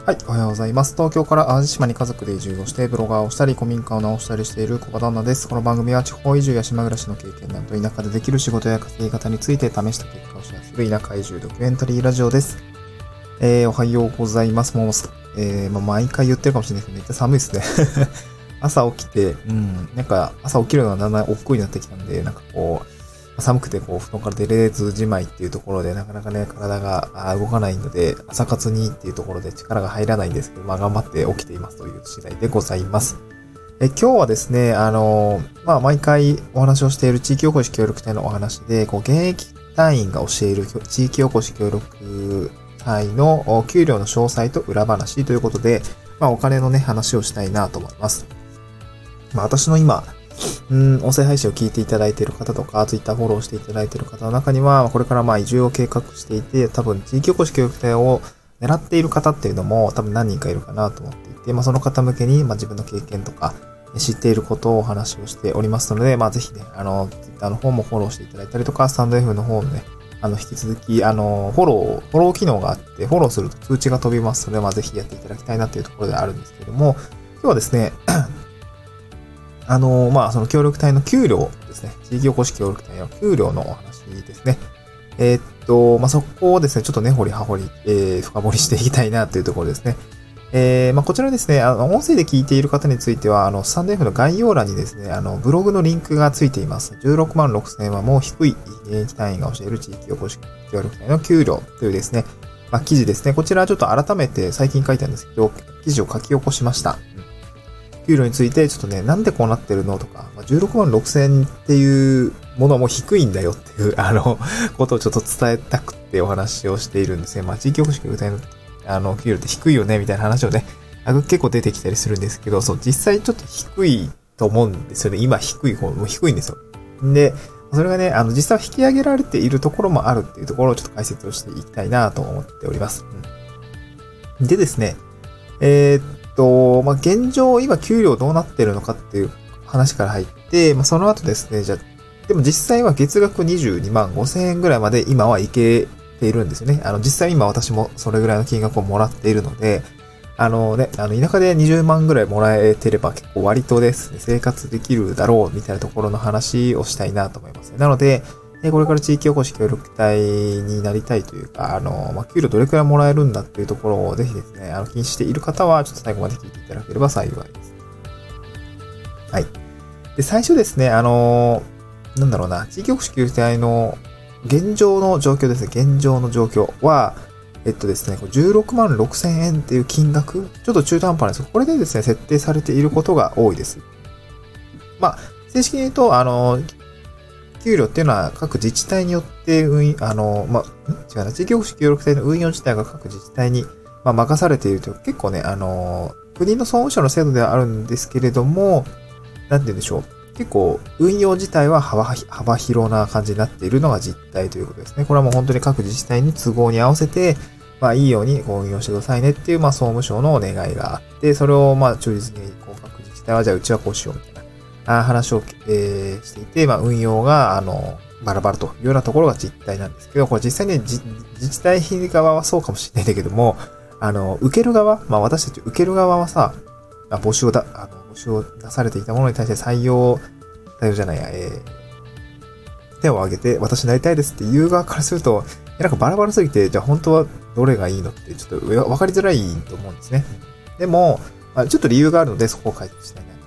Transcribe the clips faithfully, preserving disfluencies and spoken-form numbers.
はい、おはようございます。東京から淡路島に家族で移住をして、ブロガーをしたり、古民家を直したりしている小場旦那です。この番組は地方移住や島暮らしの経験など、田舎でできる仕事や稼ぎ方について試した結果をシェアする田舎移住ドキュメンタリーラジオです。えー、おはようございます。もう、えー、まあ、毎回言ってるかもしれないですけど、めっちゃ寒いですね。朝起きて、うん、なんか朝起きるのがだんだん億劫になってきたんで、なんかこう、寒くてこう布団から出れずじまいっていうところでなかなかね体が動かないので朝活にっていうところで力が入らないんですけど、まあ頑張って起きていますという次第でございます。え今日はですね、あのまあ毎回お話をしている地域おこし協力隊のお話で、こう現役隊員が教える地域おこし協力隊の給料の詳細と裏話ということで、まあお金のね話をしたいなと思います。まあ私の今うん、音声配信を聞いていただいている方とか、ツイッターフォローしていただいている方の中には、これからまあ移住を計画していて、多分地域おこし協力隊を狙っている方っていうのも多分何人かいるかなと思っていて、まあその方向けにまあ自分の経験とか知っていることをお話をしておりますので、まあぜひね、あの、ツイッターの方もフォローしていただいたりとか、スタンド F の方もね、あの、引き続き、あの、フォロー、フォロー機能があって、フォローすると通知が飛びますので、まあぜひやっていただきたいなというところであるんですけれども、今日はですね、あのー、まあ、その協力隊の給料ですね。地域おこし協力隊の給料のお話ですね。えー、っと、まあ、そこをですね、ちょっとね、掘り葉掘り、えー、深掘りしていきたいなというところですね。えー、まあ、こちらですね、あの、音声で聞いている方については、あの、スタンド F の概要欄にですね、あの、ブログのリンクがついています。じゅうろくまんろくせんえんはもう低い現役隊員が教える地域おこし協力隊の給料というですね、まあ、記事ですね。こちらちょっと改めて最近書いたんですけど、記事を書き起こしました。給料についてちょっとね、なんでこうなってるのとか、じゅうろくまんろくせんえんっていうものも低いんだよっていう、あの、ことをちょっと伝えたくてお話をしているんですね。まあ、地域おこし協力隊の、あの、給料って低いよね、みたいな話をね、結構出てきたりするんですけど、そう、実際ちょっと低いと思うんですよね。今低い方も低いんですよ。で、それがね、あの、実際は引き上げられているところもあるっていうところをちょっと解説をしていきたいなと思っております。うん、でですね、えーと、まあ、現状、今、給料どうなってるのかっていう話から入って、まあ、その後ですね、じゃあ、でも実際は月額にじゅうにまんごせんえんぐらいまで今はいけているんですよね。あの、実際今私もそれぐらいの金額をもらっているので、あのね、あの、田舎でにじゅうまんぐらいもらえてれば結構割とですね、生活できるだろうみたいなところの話をしたいなと思います。なので、これから地域おこし協力隊になりたいというか、あの、まあ、給料どれくらいもらえるんだっていうところをぜひですね、あの、気にしている方は、ちょっと最後まで聞いていただければ幸いです。はい。で、最初ですね、あの、なんだろうな、地域おこし協力隊の現状の状況ですね、現状の状況は、えっとですね、じゅうろくまんろくせんえんっていう金額、ちょっと中途半端なんですけど、これでですね、設定されていることが多いです。まあ、正式に言うと、あの、給料っていうのは各自治体によって運、あの、まあ、違うな、地域おこし協力隊の運用自体が各自治体に、まあ、任されているという、結構ね、あの、国の総務省の制度ではあるんですけれども、なんて言うんでしょう。結構、運用自体は幅、幅広な感じになっているのが実態ということですね。これはもう本当に各自治体に都合に合わせて、まあ、いいようにこう運用してくださいねっていう、まあ、総務省のお願いがあって、それを、まあ、忠実に、こう、各自治体は、じゃあ、うちはこうしようみたいな。話を、えー、していて、まあ、運用が、あの、バラバラというようなところが実態なんですけど、これ実際に自治体側はそうかもしれないんだけども、あの、受ける側、まあ私たち受ける側はさ、募集をだ、あの、募集を出されていたものに対して採用、採用じゃないや、えー、手を挙げて、私なりたいですっていう側からすると、なんかバラバラすぎて、じゃあ本当はどれがいいのって、ちょっと分かりづらいと思うんですね。でも、まあ、ちょっと理由があるので、そこを解説したいな。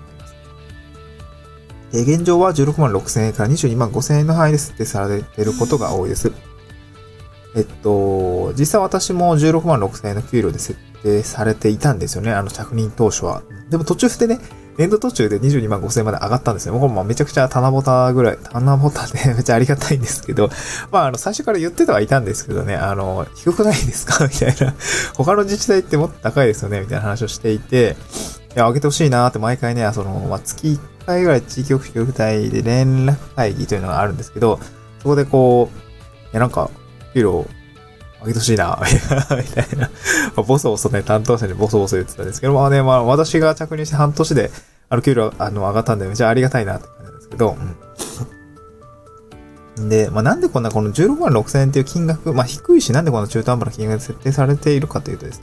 現状はじゅうろくまんろくせんえんからにじゅうにまんごせんえんの範囲で設定されていることが多いです。えっと、実際私もじゅうろくまんろくせんえんの給料で設定されていたんですよね。あの着任当初は。でも途中でね、年度途中でにじゅうにまんごせんえんまで上がったんですよ。これもめちゃくちゃ棚ぼたぐらい、棚ぼたでめっちゃありがたいんですけど、まああの最初から言ってたはいたんですけどね、あの、低くないですかみたいな。他の自治体ってもっと高いですよねみたいな話をしていて、いや、上げてほしいなーって毎回ね、その、まあ、月いっかいぐらい地域おこし協力隊で連絡会議というのがあるんですけど、そこでこう、いや、なんか、給料上げてほしいなーみたいな、まあ、ボソボソね、担当者にボソボソ言ってたんですけど、まあね、まあ私が着任して半年で、あの、給料、あの、上がったんで、めちゃありがたいなって感じなんですけど、うん。で、まあなんでこんなこのじゅうろくまんろくせんえんっていう金額、まあ低いし、なんでこんな中途半端な金額で設定されているかというとですね、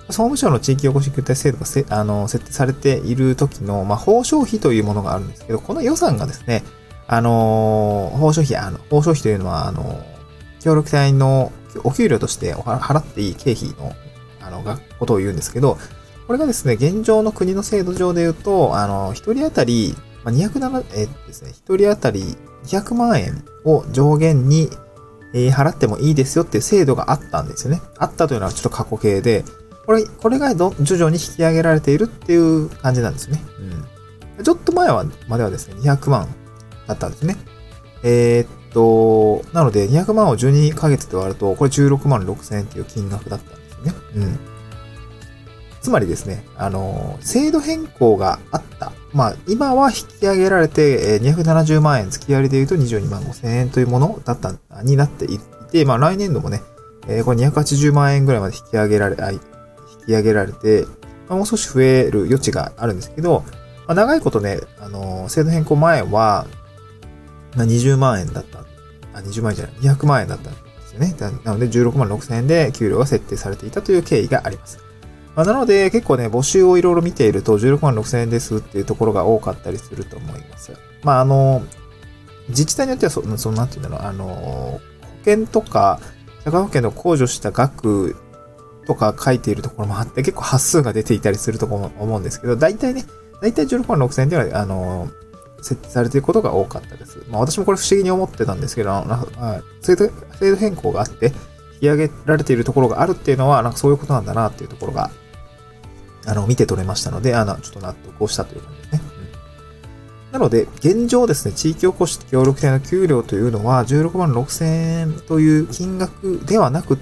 総務省の地域おこし救済制度がせあの設定されている時の、まあ、報奨費というものがあるんですけど、この予算がですね、あのー、報奨費、あの、報奨費というのは、あのー、協力隊のお給料として払っていい経費の、あの、がことを言うんですけど、これがですね、現状の国の制度上で言うと、あの、一人当たり、まあ、にひゃくなな、えー、ですね、一人当たりにひゃくまんえんを上限に、えー、払ってもいいですよっていう制度があったんですよね。あったというのはちょっと過去形で、これ、これがど徐々に引き上げられているっていう感じなんですよね。うん。ちょっと前は、まではですね、にひゃくまんだったんですね。えー、っと、なので、にひゃくまんをじゅうにかげつで割ると、これじゅうろくまんろくせんえんっていう金額だったんですよね。うん。つまりですね、あの、制度変更があった。まあ、今は引き上げられて、にひゃくななじゅうまんえん、月割りで言うとにじゅうにまんごせんえんというものだった、になっていて、まあ、来年度もね、えー、これにひゃくはちじゅうまんえんぐらいまで引き上げられ、引き上げられて、まあ、もう少し増える余地があるんですけど、まあ、長いことね、あの、制度変更前は、まあ、にじゅうまんえんだった。あ、にじゅうまんえんじゃない、にひゃくまんえんだったんですよね。なので、じゅうろくまんろくせんえんで給料が設定されていたという経緯があります。まあ、なので、結構ね、募集をいろいろ見ていると、じゅうろくまんろくせんえんですっていうところが多かったりすると思います。まあ、あの、自治体によってはそ、その、なんていうんだろう、あの、保険とか、社会保険の控除した額とか書いているところもあって、結構発数が出ていたりすると思うんですけど、大体ね、大体じゅうろくまんろくせんえんでは、あの、設定されていることが多かったです。まあ、私もこれ不思議に思ってたんですけど、制度、制度変更があって、引き上げられているところがあるっていうのは、なんかそういうことなんだなっていうところが、あの、見て取れましたので、あの、ちょっと納得をしたという感じですね。うん、なので、現状ですね、地域おこし協力隊の給料というのは、じゅうろくまんろくせんえんという金額ではなくって、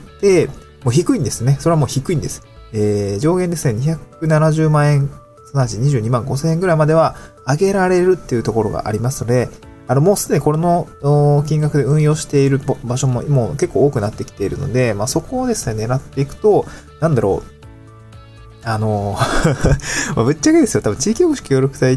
もう低いんですね。それはもう低いんです。えー、上限ですね、にひゃくななじゅうまんえん、すなわちにじゅうにまんごせんえんぐらいまでは上げられるっていうところがありますので、あの、もうすでにこれの金額で運用している場所ももう結構多くなってきているので、まあ、そこをですね、狙っていくと、なんだろう、あの、ぶっちゃけですよ、多分地域おこし協力隊って、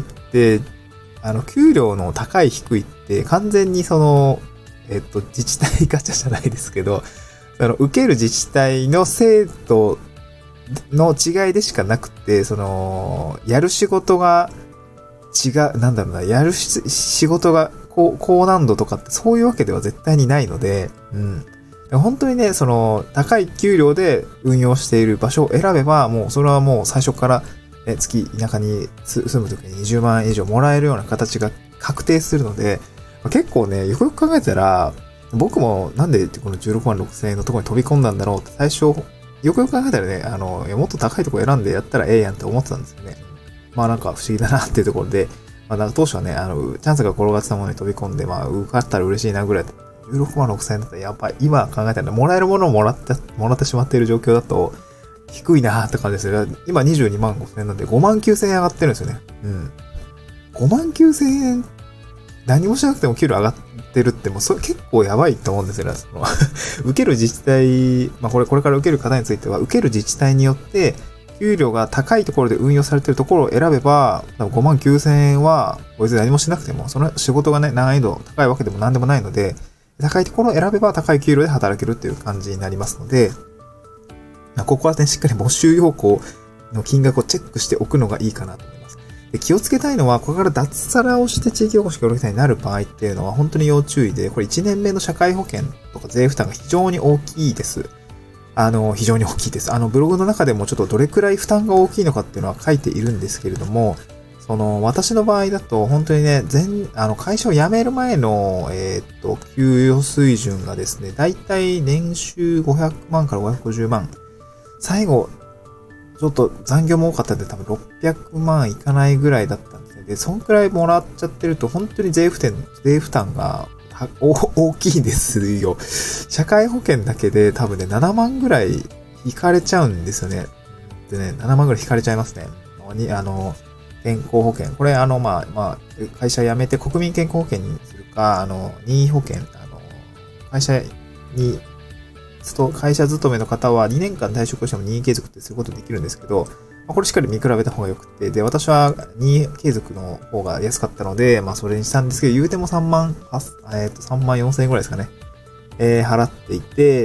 あの、給料の高い低いって完全にその、えっと、自治体ガチャじゃないですけど、その、受ける自治体の制度の違いでしかなくて、その、やる仕事が違う、なんだろうな、やる仕事が高、高難度とかってそういうわけでは絶対にないので、うん。本当にね、その、高い給料で運用している場所を選べば、もう、それはもう最初から、ね、月田舎に住むときににじゅうまんえん以上もらえるような形が確定するので、結構ね、よくよく考えたら、僕もなんでこのじゅうろくまんろくせんえんのところに飛び込んだんだろうって最初、よくよく考えたらね、あの、もっと高いところ選んでやったらええやんって思ってたんですよね。まあなんか不思議だなっていうところで、まあなんか当初はね、あの、チャンスが転がってたものに飛び込んで、まあ受かったら嬉しいなぐらいじゅうろくまんろくせんえんだったらやっぱり今考えたら、もらえるものをもらって、もらってしまっている状況だと、低いなーって感じですよ。今にじゅうにまんごせんえんなんでごまんきゅうせんえん上がってるんですよね。うん。ごまんきゅうせんえん何もしなくても給料上がってるってもうそれ結構やばいと思うんですよね。その受ける自治体、まあこれこれから受ける方については、受ける自治体によって給料が高いところで運用されているところを選べば、ごまんきゅうせんえんは別に何もしなくても、その仕事がね、難易度高いわけでも何でもないので、高いところを選べば高い給料で働けるっていう感じになりますので、ここはね、しっかり募集要項の金額をチェックしておくのがいいかなと思います。で、気をつけたいのは、これから脱サラをして地域おこし協力隊になる場合っていうのは本当に要注意で、これいちねんめの社会保険とか税負担が非常に大きいです。あの、非常に大きいです。あの、ブログの中でもちょっとどれくらい負担が大きいのかっていうのは書いているんですけれども、その、私の場合だと、本当にね、全、あの、会社を辞める前の、えーっと、給与水準がですね、だいたい年収ごひゃくまんからごひゃくごじゅうまん。最後、ちょっと残業も多かったんで、多分ろっぴゃくまんいかないぐらいだったんですね。で、そんくらいもらっちゃってると、本当に税負担、税負担が大きいですよ。社会保険だけで多分ね、ななまんぐらい引かれちゃうんですよね。でね、ななまんぐらい引かれちゃいますね。に、あの、健康保険。これ、あの、まあ、まあ、会社辞めて国民健康保険にするか、あの、任意保険、あの、会社に、会社勤めの方はにねんかん退職しても任意継続ってすることできるんですけど、まあ、これしっかり見比べた方が良くて、で、私は任意継続の方が安かったので、まあ、それにしたんですけど、言うてもさんまん、えっと、さんまんよんせんえんぐらいですかね。えー、払っていて、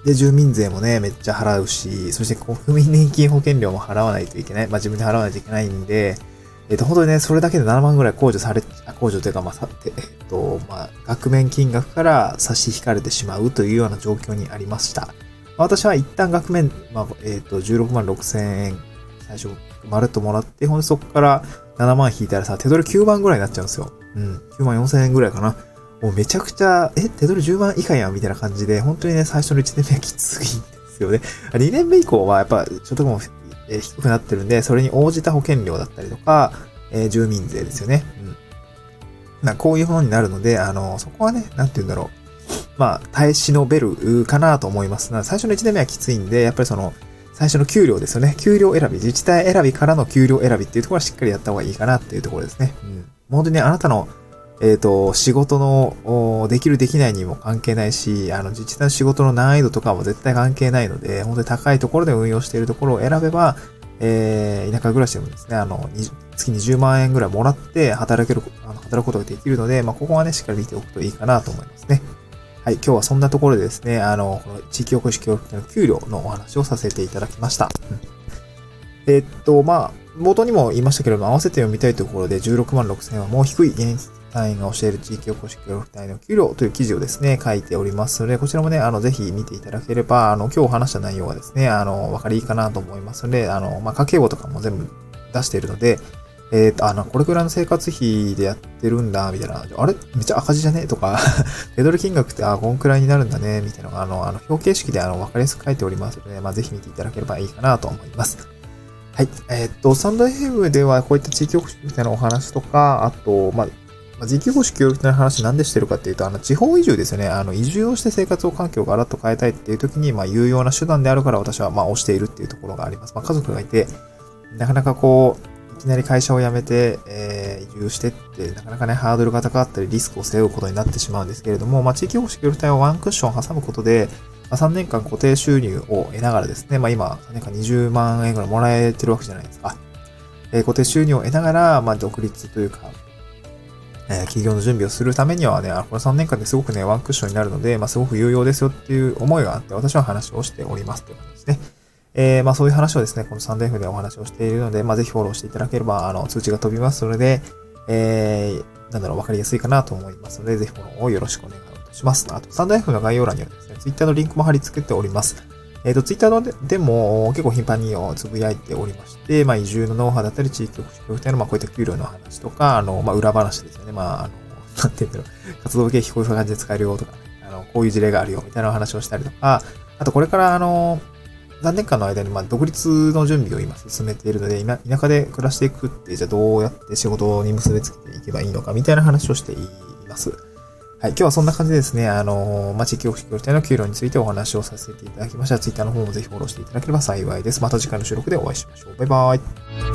で、住民税もね、めっちゃ払うし、そして国民年金保険料も払わないといけない。まあ自分で払わないといけないんで、えっと、本当にね、それだけでななまんぐらい控除され、控除というか、まあ、さ、えっと、まあ、額面金額から差し引かれてしまうというような状況にありました。まあ、私は一旦額面、まあ、えっと、じゅうろくまんろくせんえん、最初、まるっともらって、ほんでそこからななまん引いたらさ、手取りきゅうまんぐらいになっちゃうんですよ。うん。きゅうまんよんせんえんぐらいかな。もうめちゃくちゃ、え、手取りじゅうまん以下やんみたいな感じで、本当にね、最初のいちねんめはきついんですよね。にねんめ以降は、やっぱ、所得も低くなってるんで、それに応じた保険料だったりとか、えー、住民税ですよね。うん。な、こういうものになるので、あの、そこはね、なんて言うんだろう。まあ、耐え忍べるかなと思います。な最初のいちねんめはきついんで、やっぱりその、最初の給料ですよね。給料選び、自治体選びからの給料選びっていうところはしっかりやった方がいいかなっていうところですね。うん。本当にね、あなたの、えっと、仕事の、できるできないにも関係ないし、あの、自治体の仕事の難易度とかも絶対関係ないので、本当に高いところで運用しているところを選べば、えー、田舎暮らしでもですね、あの、月にじゅうまんえんぐらいもらって働ける、あの働くことができるので、まあ、ここはね、しっかり見ておくといいかなと思いますね。はい、今日はそんなところでですね、あの、この地域おこし協力隊の給料のお話をさせていただきました。うん、えっと、まあ、冒頭にも言いましたけれども、合わせて読みたいところでじゅうろくまんろくせんえんはもう低い現役隊員が教える地域おこし協力隊の給料という記事をですね、書いておりますので、こちらもね、あの、ぜひ見ていただければ、あの、今日話した内容がですね、あの、わかりいいかなと思いますので、あの、まあ、家計簿とかも全部出しているので、えっと、あの、これくらいの生活費でやってるんだ、みたいな、あれめっちゃ赤字じゃねとか、手取り金額って、あ、こんくらいになるんだね、みたいなのが、あの、あの、表形式で、あの、わかりやすく書いておりますので、まあ、ぜひ見ていただければいいかなと思います。はい。えー、っと、スタンドエフエムではこういった地域おこし協力隊のお話とか、あと、まあ、地域おこし協力隊の話なんでしてるかっていうと、あの、地方移住ですよね。あの、移住をして生活環境をガラッと変えたいっていう時に、まあ、有用な手段であるから私は、まあ、推しているっていうところがあります。まあ、家族がいて、なかなかこう、いきなり会社を辞めて、えー、移住してって、なかなかね、ハードルが高かったり、リスクを背負うことになってしまうんですけれども、まあ、地域おこし協力隊をワンクッション挟むことで、まあ、さんねんかん固定収入を得ながらですね、まあ今、さんねんかんにじゅうまんえんぐらいもらえてるわけじゃないですか。えー、固定収入を得ながら、まあ独立というか、えー、企業の準備をするためにはね、あ、このさんねんかんですごくね、ワンクッションになるので、まあすごく有用ですよっていう思いがあって、私は話をしておりますという感じですね。えー、まあそういう話をですね、このサンデーエフでお話をしているので、まあぜひフォローしていただければ、あの、通知が飛びますので、えー、なんだろう、わかりやすいかなと思いますので、ぜひフォローをよろしくお願いします。あと、スタンド エフ の概要欄にはですね、ツイッターのリンクも貼り付けております。えっと、ツイッターででも結構頻繁につぶやいておりまして、まあ、移住のノウハウだったり、地域おこし協力隊の、まあ、こういった給料の話とか、あの、まあ、裏話ですよね。まあ、あの、なんていうんだろう、活動経費こういう感じで使えるよとか、あの、こういう事例があるよみたいな話をしたりとか、あと、これから、あの、何年間の間に、まあ、独立の準備を今進めているので、今、田舎で暮らしていくって、じゃあどうやって仕事に結びつけていけばいいのかみたいな話をしています。はい。今日はそんな感じでですね、あのー、まあ、地域おこし協力隊の給料についてお話をさせていただきました。ツイッターの方もぜひフォローしていただければ幸いです。また次回の収録でお会いしましょう。バイバーイ。